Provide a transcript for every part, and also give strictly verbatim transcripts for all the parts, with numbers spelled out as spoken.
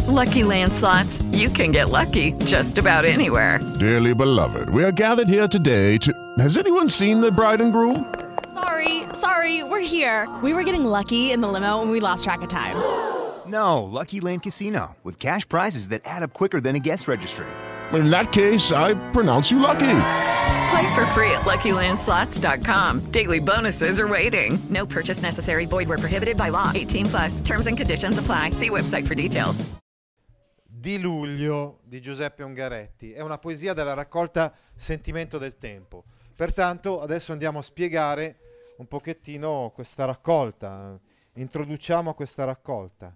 Lucky Land Slots, you can get lucky just about anywhere. Dearly beloved, we are gathered here today to... Has anyone seen the bride and groom? Sorry, sorry, we're here. We were getting lucky in the limo and we lost track of time. No, Lucky Land Casino, with cash prizes that add up quicker than a guest registry. In that case, I pronounce you lucky. Play for free at Lucky Land Slots dot com. Daily bonuses are waiting. No purchase necessary. Void where prohibited by law. eighteen plus. Terms and conditions apply. See website for details. Di luglio di Giuseppe Ungaretti è una poesia della raccolta Sentimento del tempo. Pertanto adesso andiamo a spiegare un pochettino questa raccolta. Introduciamo questa raccolta.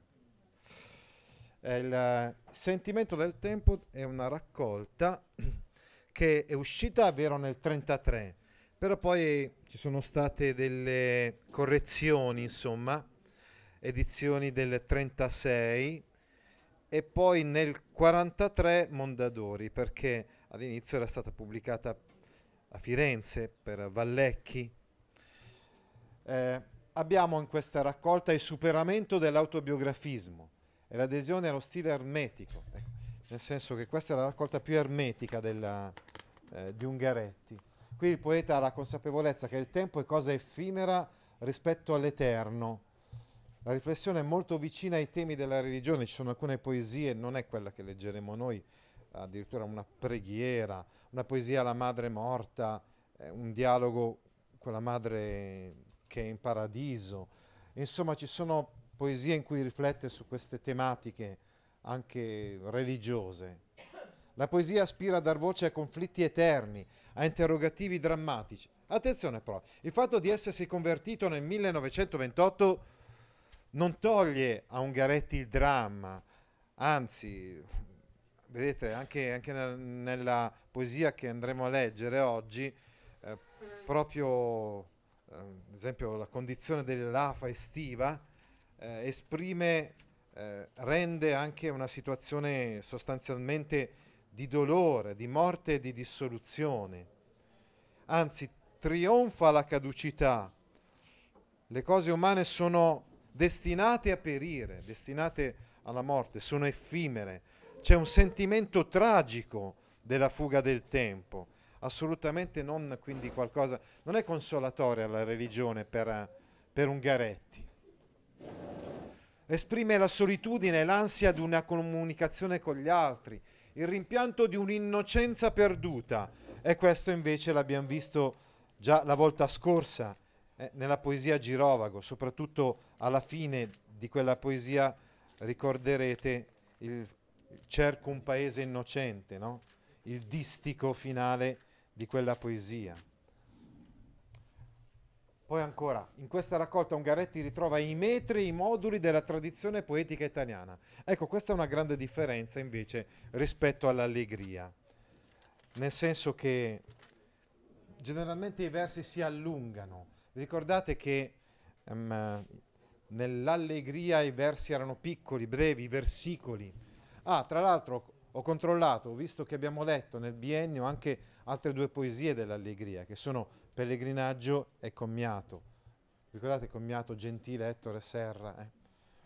Il Sentimento del tempo è una raccolta che è uscita, è vero, nel trentatré, però poi ci sono state delle correzioni, insomma, edizioni del trentasei e poi nel quarantatré Mondadori, perché all'inizio era stata pubblicata a Firenze per Vallecchi. Eh, abbiamo in questa raccolta il superamento dell'autobiografismo e l'adesione allo stile ermetico, ecco, nel senso che questa è la raccolta più ermetica della, eh, di Ungaretti. Qui il poeta ha la consapevolezza che il tempo è cosa effimera rispetto all'eterno. La riflessione è molto vicina ai temi della religione, ci sono alcune poesie, non è quella che leggeremo noi, addirittura una preghiera, una poesia alla madre morta, eh, un dialogo con la madre che è in paradiso. Insomma, ci sono poesie in cui riflette su queste tematiche anche religiose. La poesia aspira a dar voce a conflitti eterni, a interrogativi drammatici. Attenzione però, il fatto di essersi convertito nel millenovecentoventotto non toglie a Ungaretti il dramma, anzi, vedete, anche, anche nel, nella poesia che andremo a leggere oggi, eh, proprio, eh, ad esempio, la condizione dell'afa estiva, eh, esprime, eh, rende anche una situazione sostanzialmente di dolore, di morte e di dissoluzione. Anzi, trionfa la caducità. Le cose umane sono destinate a perire, destinate alla morte, sono effimere. C'è un sentimento tragico della fuga del tempo, assolutamente non quindi qualcosa, non è consolatoria la religione per, per Ungaretti. Esprime la solitudine e l'ansia di una comunicazione con gli altri, il rimpianto di un'innocenza perduta, e questo invece l'abbiamo visto già la volta scorsa eh, nella poesia Girovago, soprattutto alla fine di quella poesia ricorderete il cerco un paese innocente, no? Il distico finale di quella poesia. Poi ancora, in questa raccolta Ungaretti ritrova i metri e i moduli della tradizione poetica italiana. Ecco, questa è una grande differenza invece rispetto all'allegria, nel senso che generalmente i versi si allungano. Ricordate che um, nell'allegria i versi erano piccoli, brevi, versicoli. Ah, tra l'altro ho controllato, ho visto che abbiamo letto nel biennio anche altre due poesie dell'allegria, che sono Pellegrinaggio e Commiato. Ricordate Commiato, Gentile, Ettore Serra? Eh?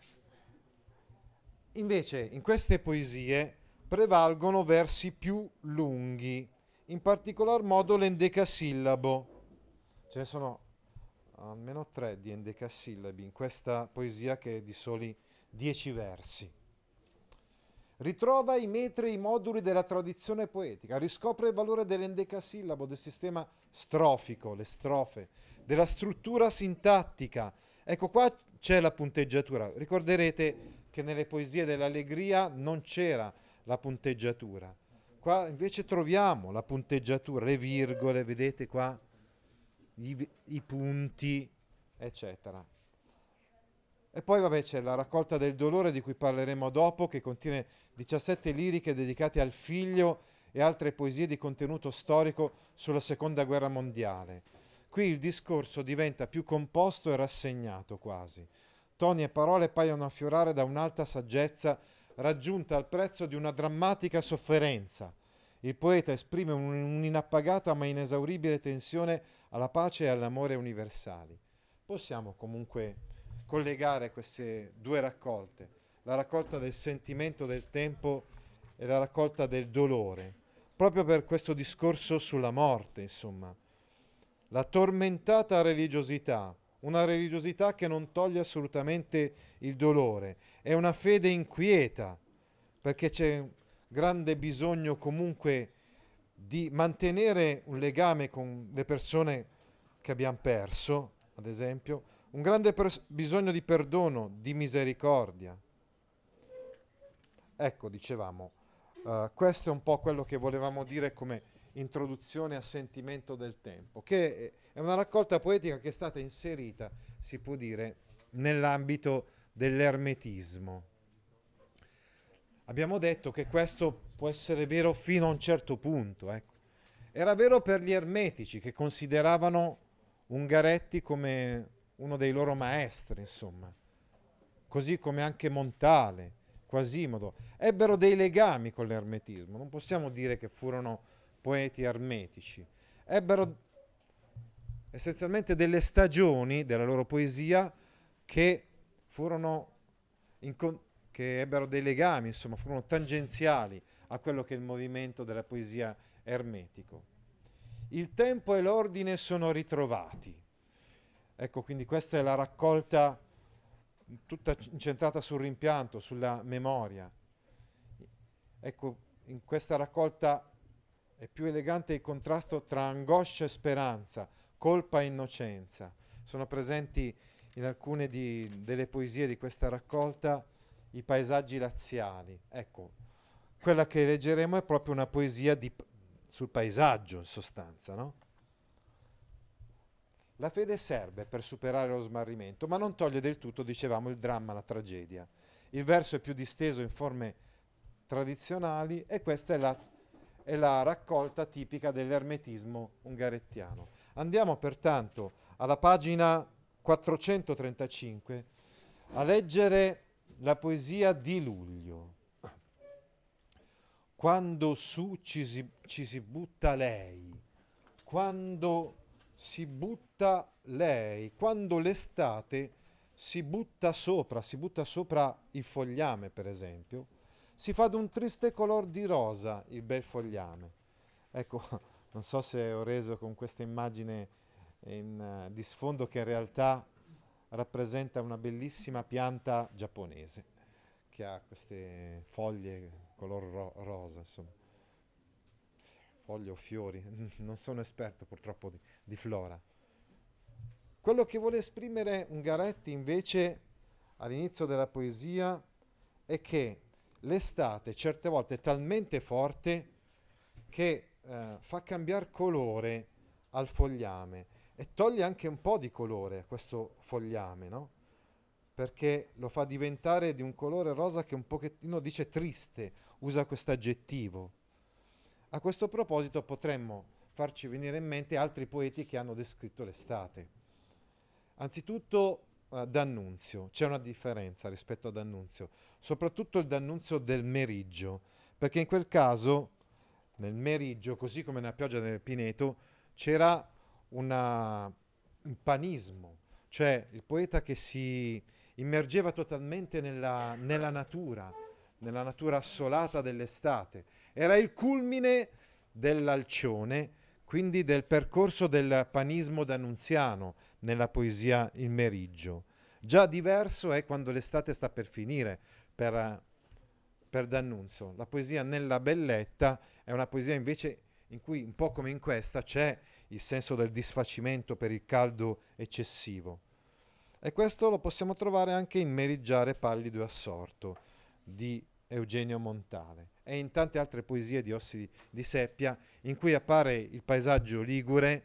Invece in queste poesie prevalgono versi più lunghi, in particolar modo l'endecasillabo. Ce ne sono almeno tre di endecasillabi in questa poesia che è di soli dieci versi. Ritrova i metri e i moduli della tradizione poetica, riscopre il valore dell'endecasillabo, del sistema strofico, le strofe, della struttura sintattica. Ecco, qua c'è la punteggiatura. Ricorderete che nelle poesie dell'allegria non c'era la punteggiatura. Qua invece troviamo la punteggiatura, le virgole, vedete qua, i, i punti, eccetera. E poi vabbè c'è la raccolta del dolore di cui parleremo dopo, che contiene diciassette liriche dedicate al figlio e altre poesie di contenuto storico sulla seconda guerra mondiale. Qui il discorso diventa più composto e rassegnato quasi. Toni e parole paiono affiorare da un'alta saggezza raggiunta al prezzo di una drammatica sofferenza. Il poeta esprime un, un'inappagata ma inesauribile tensione alla pace e all'amore universali. Possiamo comunque collegare queste due raccolte. la raccolta del sentimento del tempo e la raccolta del dolore, proprio per questo discorso sulla morte, insomma. La tormentata religiosità, una religiosità che non toglie assolutamente il dolore, è una fede inquieta, perché c'è un grande bisogno comunque di mantenere un legame con le persone che abbiamo perso, ad esempio, un grande pers- bisogno di perdono, di misericordia. Ecco, dicevamo, uh, questo è un po' quello che volevamo dire come introduzione a Sentimento del tempo, che è una raccolta poetica che è stata inserita, si può dire, nell'ambito dell'ermetismo. Abbiamo detto che questo può essere vero fino a un certo punto. Ecco. Era vero per gli ermetici, che consideravano Ungaretti come uno dei loro maestri, insomma, così come anche Montale, Quasimodo. Ebbero dei legami con l'ermetismo, non possiamo dire che furono poeti ermetici. Ebbero essenzialmente delle stagioni della loro poesia che furono in con- che ebbero dei legami, insomma, furono tangenziali a quello che è il movimento della poesia ermetico. Il tempo e l'ordine sono ritrovati. Ecco, quindi questa è la raccolta tutta incentrata sul rimpianto, sulla memoria. Ecco, in questa raccolta è più elegante il contrasto tra angoscia e speranza, colpa e innocenza. Sono presenti in alcune di, delle poesie di questa raccolta i paesaggi laziali. Ecco, quella che leggeremo è proprio una poesia di, sul paesaggio, in sostanza, no? La fede serve per superare lo smarrimento, ma non toglie del tutto, dicevamo, il dramma, la tragedia. Il verso è più disteso in forme tradizionali e questa è la, è la raccolta tipica dell'ermetismo ungarettiano. Andiamo pertanto alla pagina quattrocentotrentacinque a leggere la poesia di luglio. Quando su ci si, ci si butta lei, quando si butta lei, quando l'estate si butta sopra, si butta sopra il fogliame, per esempio, si fa d'un triste color di rosa il bel fogliame. Ecco, non so se ho reso con questa immagine in, uh, di sfondo che in realtà rappresenta una bellissima pianta giapponese che ha queste foglie color ro- rosa, insomma, foglie o fiori, non sono esperto purtroppo di, di flora. Quello che vuole esprimere Ungaretti invece all'inizio della poesia è che l'estate certe volte è talmente forte che eh, fa cambiare colore al fogliame e toglie anche un po' di colore a questo fogliame, no? Perché lo fa diventare di un colore rosa che un pochettino dice triste, usa questo aggettivo. A questo proposito potremmo farci venire in mente altri poeti che hanno descritto l'estate. Anzitutto uh, D'Annunzio, c'è una differenza rispetto a D'Annunzio, soprattutto il D'Annunzio del Meriggio, perché in quel caso, nel Meriggio, così come nella Pioggia del Pineto, c'era una, un panismo, cioè il poeta che si immergeva totalmente nella, nella natura, nella natura assolata dell'estate. Era il culmine dell'Alcione, quindi del percorso del panismo d'annunziano nella poesia Il Meriggio. Già diverso è quando l'estate sta per finire per, per D'Annunzio. La poesia Nella Belletta è una poesia invece in cui, un po' come in questa, c'è il senso del disfacimento per il caldo eccessivo. E questo lo possiamo trovare anche in Meriggiare pallido e assorto di Eugenio Montale e in tante altre poesie di Ossi di Seppia in cui appare il paesaggio ligure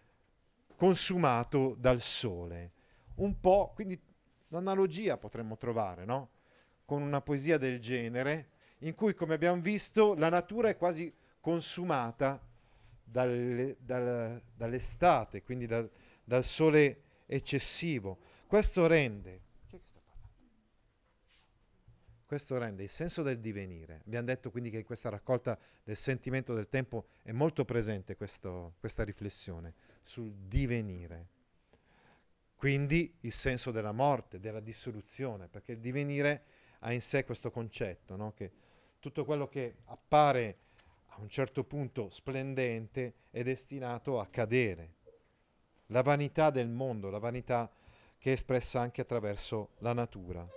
consumato dal sole. Un po', quindi un'analogia potremmo trovare, no? Con una poesia del genere in cui, come abbiamo visto, la natura è quasi consumata dalle, dal, dall'estate, quindi dal, dal sole eccessivo. Questo rende, chi è che sta parlando? Questo rende il senso del divenire. Abbiamo detto quindi che in questa raccolta del sentimento del tempo è molto presente questo, questa riflessione sul divenire. Quindi il senso della morte, della dissoluzione, perché il divenire ha in sé questo concetto, no? Che tutto quello che appare a un certo punto splendente è destinato a cadere. La vanità del mondo, la vanità che è espressa anche attraverso la natura.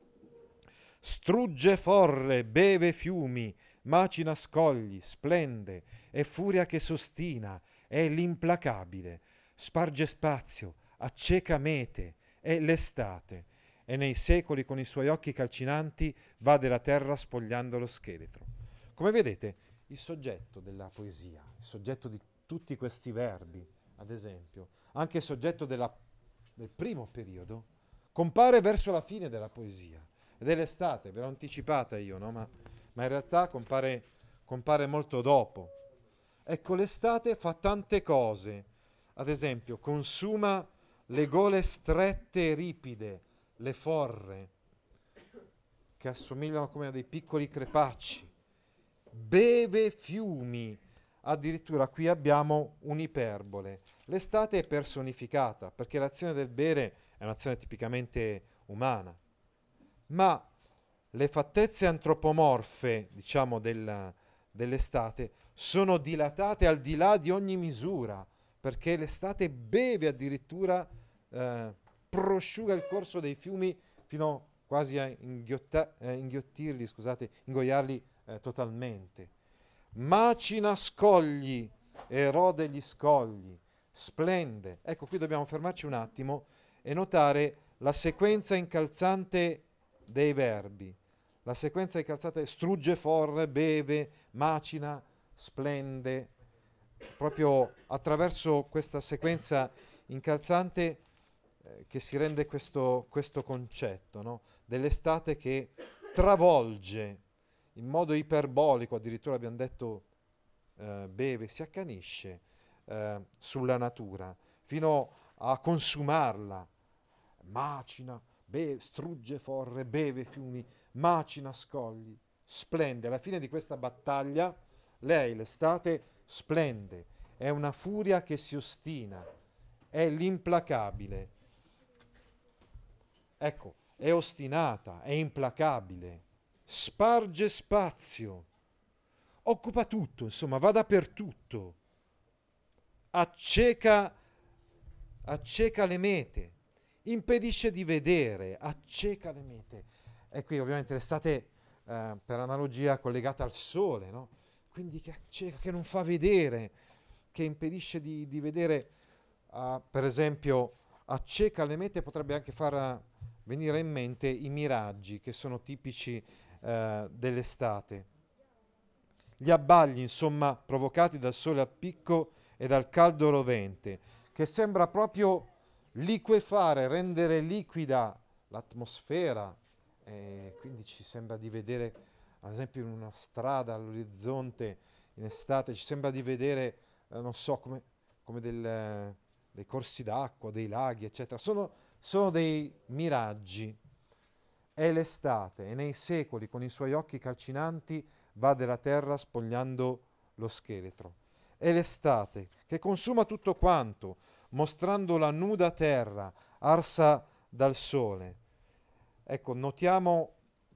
Strugge forre, beve fiumi, macina scogli, splende, è furia che s'ostina, è l'implacabile, sparge spazio, acceca mete, è l'estate, e nei secoli con i suoi occhi calcinanti va della terra spogliando lo scheletro. Come vedete, il soggetto della poesia, il soggetto di tutti questi verbi, ad esempio, anche il soggetto della, del primo periodo, compare verso la fine della poesia, ed è l'estate, ve l'ho anticipata io, no? ma, ma in realtà compare, compare molto dopo. Ecco, l'estate fa tante cose, ad esempio consuma le gole strette e ripide, le forre, che assomigliano come a dei piccoli crepacci, beve fiumi, addirittura qui abbiamo un'iperbole. L'estate è personificata, perché l'azione del bere è un'azione tipicamente umana, ma le fattezze antropomorfe, diciamo, della, dell'estate sono dilatate al di là di ogni misura, perché l'estate beve addirittura, eh, prosciuga il corso dei fiumi fino quasi a inghiotta- eh, inghiottirli, scusate, ingoiarli eh, totalmente. Macina scogli, erode gli scogli, splende. Ecco, qui dobbiamo fermarci un attimo e notare la sequenza incalzante dei verbi. La sequenza incalzante strugge forre, beve, macina, splende. Proprio attraverso questa sequenza incalzante eh, che si rende questo, questo concetto, no? Dell'estate che travolge in modo iperbolico, addirittura abbiamo detto eh, beve, si accanisce eh, sulla natura fino a consumarla, macina, be- strugge forre, beve fiumi, macina scogli, splende. Alla fine di questa battaglia lei, l'estate, splende, è una furia che si ostina, è l'implacabile. Ecco, è ostinata, è implacabile, sparge spazio, occupa tutto, insomma, va dappertutto, acceca, acceca le mete, impedisce di vedere, acceca le mete. E qui ovviamente l'estate, eh, per analogia, collegata al sole, no? Quindi che acceca, che non fa vedere, che impedisce di, di vedere, uh, per esempio, acceca le mete, potrebbe anche far venire in mente i miraggi che sono tipici uh, dell'estate. Gli abbagli, insomma, provocati dal sole a picco e dal caldo rovente, che sembra proprio liquefare, rendere liquida l'atmosfera, e quindi ci sembra di vedere, ad esempio, in una strada all'orizzonte in estate, ci sembra di vedere, eh, non so, come, come del, eh, dei corsi d'acqua, dei laghi, eccetera. Sono, sono dei miraggi. È l'estate, e nei secoli, con i suoi occhi calcinanti, va della terra spogliando lo scheletro. È l'estate, che consuma tutto quanto, mostrando la nuda terra, arsa dal sole. Ecco, notiamo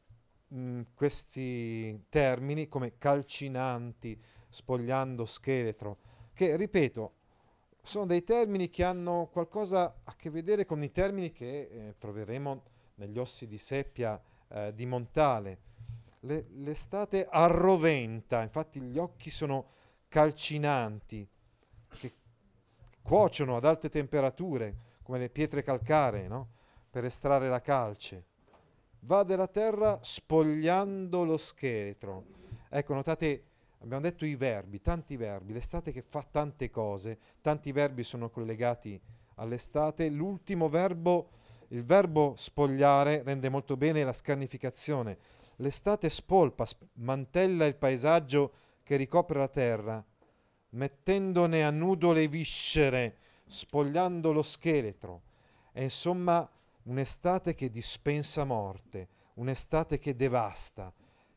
mh, questi termini come calcinanti, spogliando scheletro, che, ripeto, sono dei termini che hanno qualcosa a che vedere con i termini che eh, troveremo negli ossi di seppia eh, di Montale. Le, l'estate arroventa, infatti gli occhi sono calcinanti, che cuociono ad alte temperature, come le pietre calcaree, no? Per estrarre la calce. Va della terra spogliando lo scheletro. Ecco, notate, abbiamo detto i verbi, tanti verbi, l'estate che fa tante cose, tanti verbi sono collegati all'estate. L'ultimo verbo, il verbo spogliare, rende molto bene la scarnificazione. L'estate spolpa, smantella il paesaggio che ricopre la terra, mettendone a nudo le viscere, spogliando lo scheletro. È insomma un'estate che dispensa morte, un'estate che devasta.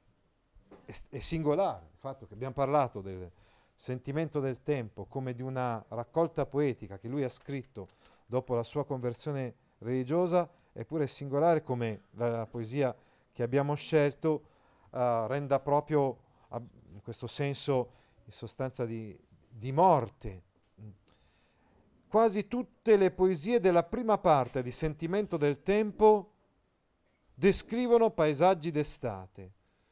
È, è singolare il fatto che abbiamo parlato del sentimento del tempo come di una raccolta poetica che lui ha scritto dopo la sua conversione religiosa, eppure è singolare come la, la poesia che abbiamo scelto uh, renda proprio uh, in questo senso in sostanza di, di morte. Quasi tutte le poesie della prima parte di Sentimento del tempo descrivono paesaggi d'estate,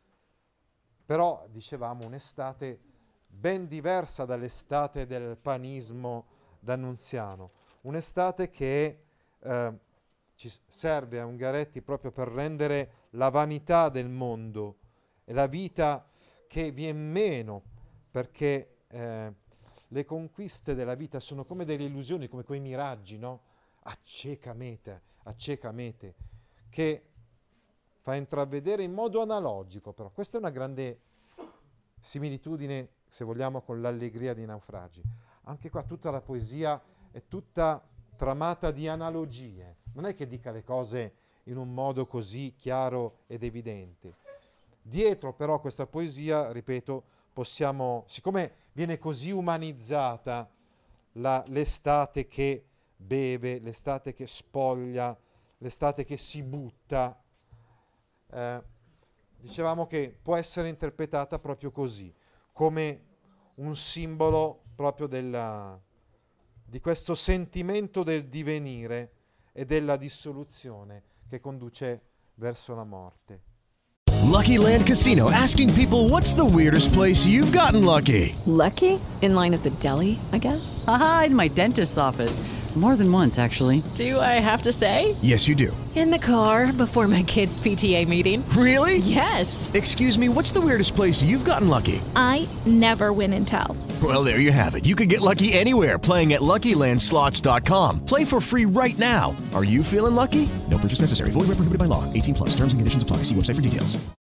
però dicevamo un'estate ben diversa dall'estate del panismo d'Annunziano, un'estate che eh, ci serve a Ungaretti proprio per rendere la vanità del mondo e la vita che vien meno, perché eh, le conquiste della vita sono come delle illusioni, come quei miraggi, no? A cieca mete, a cieca mete, che fa intravedere in modo analogico, però questa è una grande similitudine, se vogliamo, con l'allegria dei naufragi. Anche qua tutta la poesia è tutta tramata di analogie, non è che dica le cose in un modo così chiaro ed evidente. Dietro però questa poesia, ripeto, possiamo, siccome viene così umanizzata la, l'estate che beve, l'estate che spoglia, l'estate che si butta, eh, dicevamo che può essere interpretata proprio così, come un simbolo proprio della, di questo sentimento del divenire e della dissoluzione che conduce verso la morte. Lucky Land Casino, asking people, what's the weirdest place you've gotten lucky? Lucky? In line at the deli, I guess? Aha, in my dentist's office. More than once, actually. Do I have to say? Yes, you do. In the car before my kids' P T A meeting. Really? Yes. Excuse me, what's the weirdest place you've gotten lucky? I never win and tell. Well, there you have it. You can get lucky anywhere, playing at Lucky Land Slots dot com. Play for free right now. Are you feeling lucky? No purchase necessary. Void where prohibited by law. eighteen plus. Terms and conditions apply. See website for details.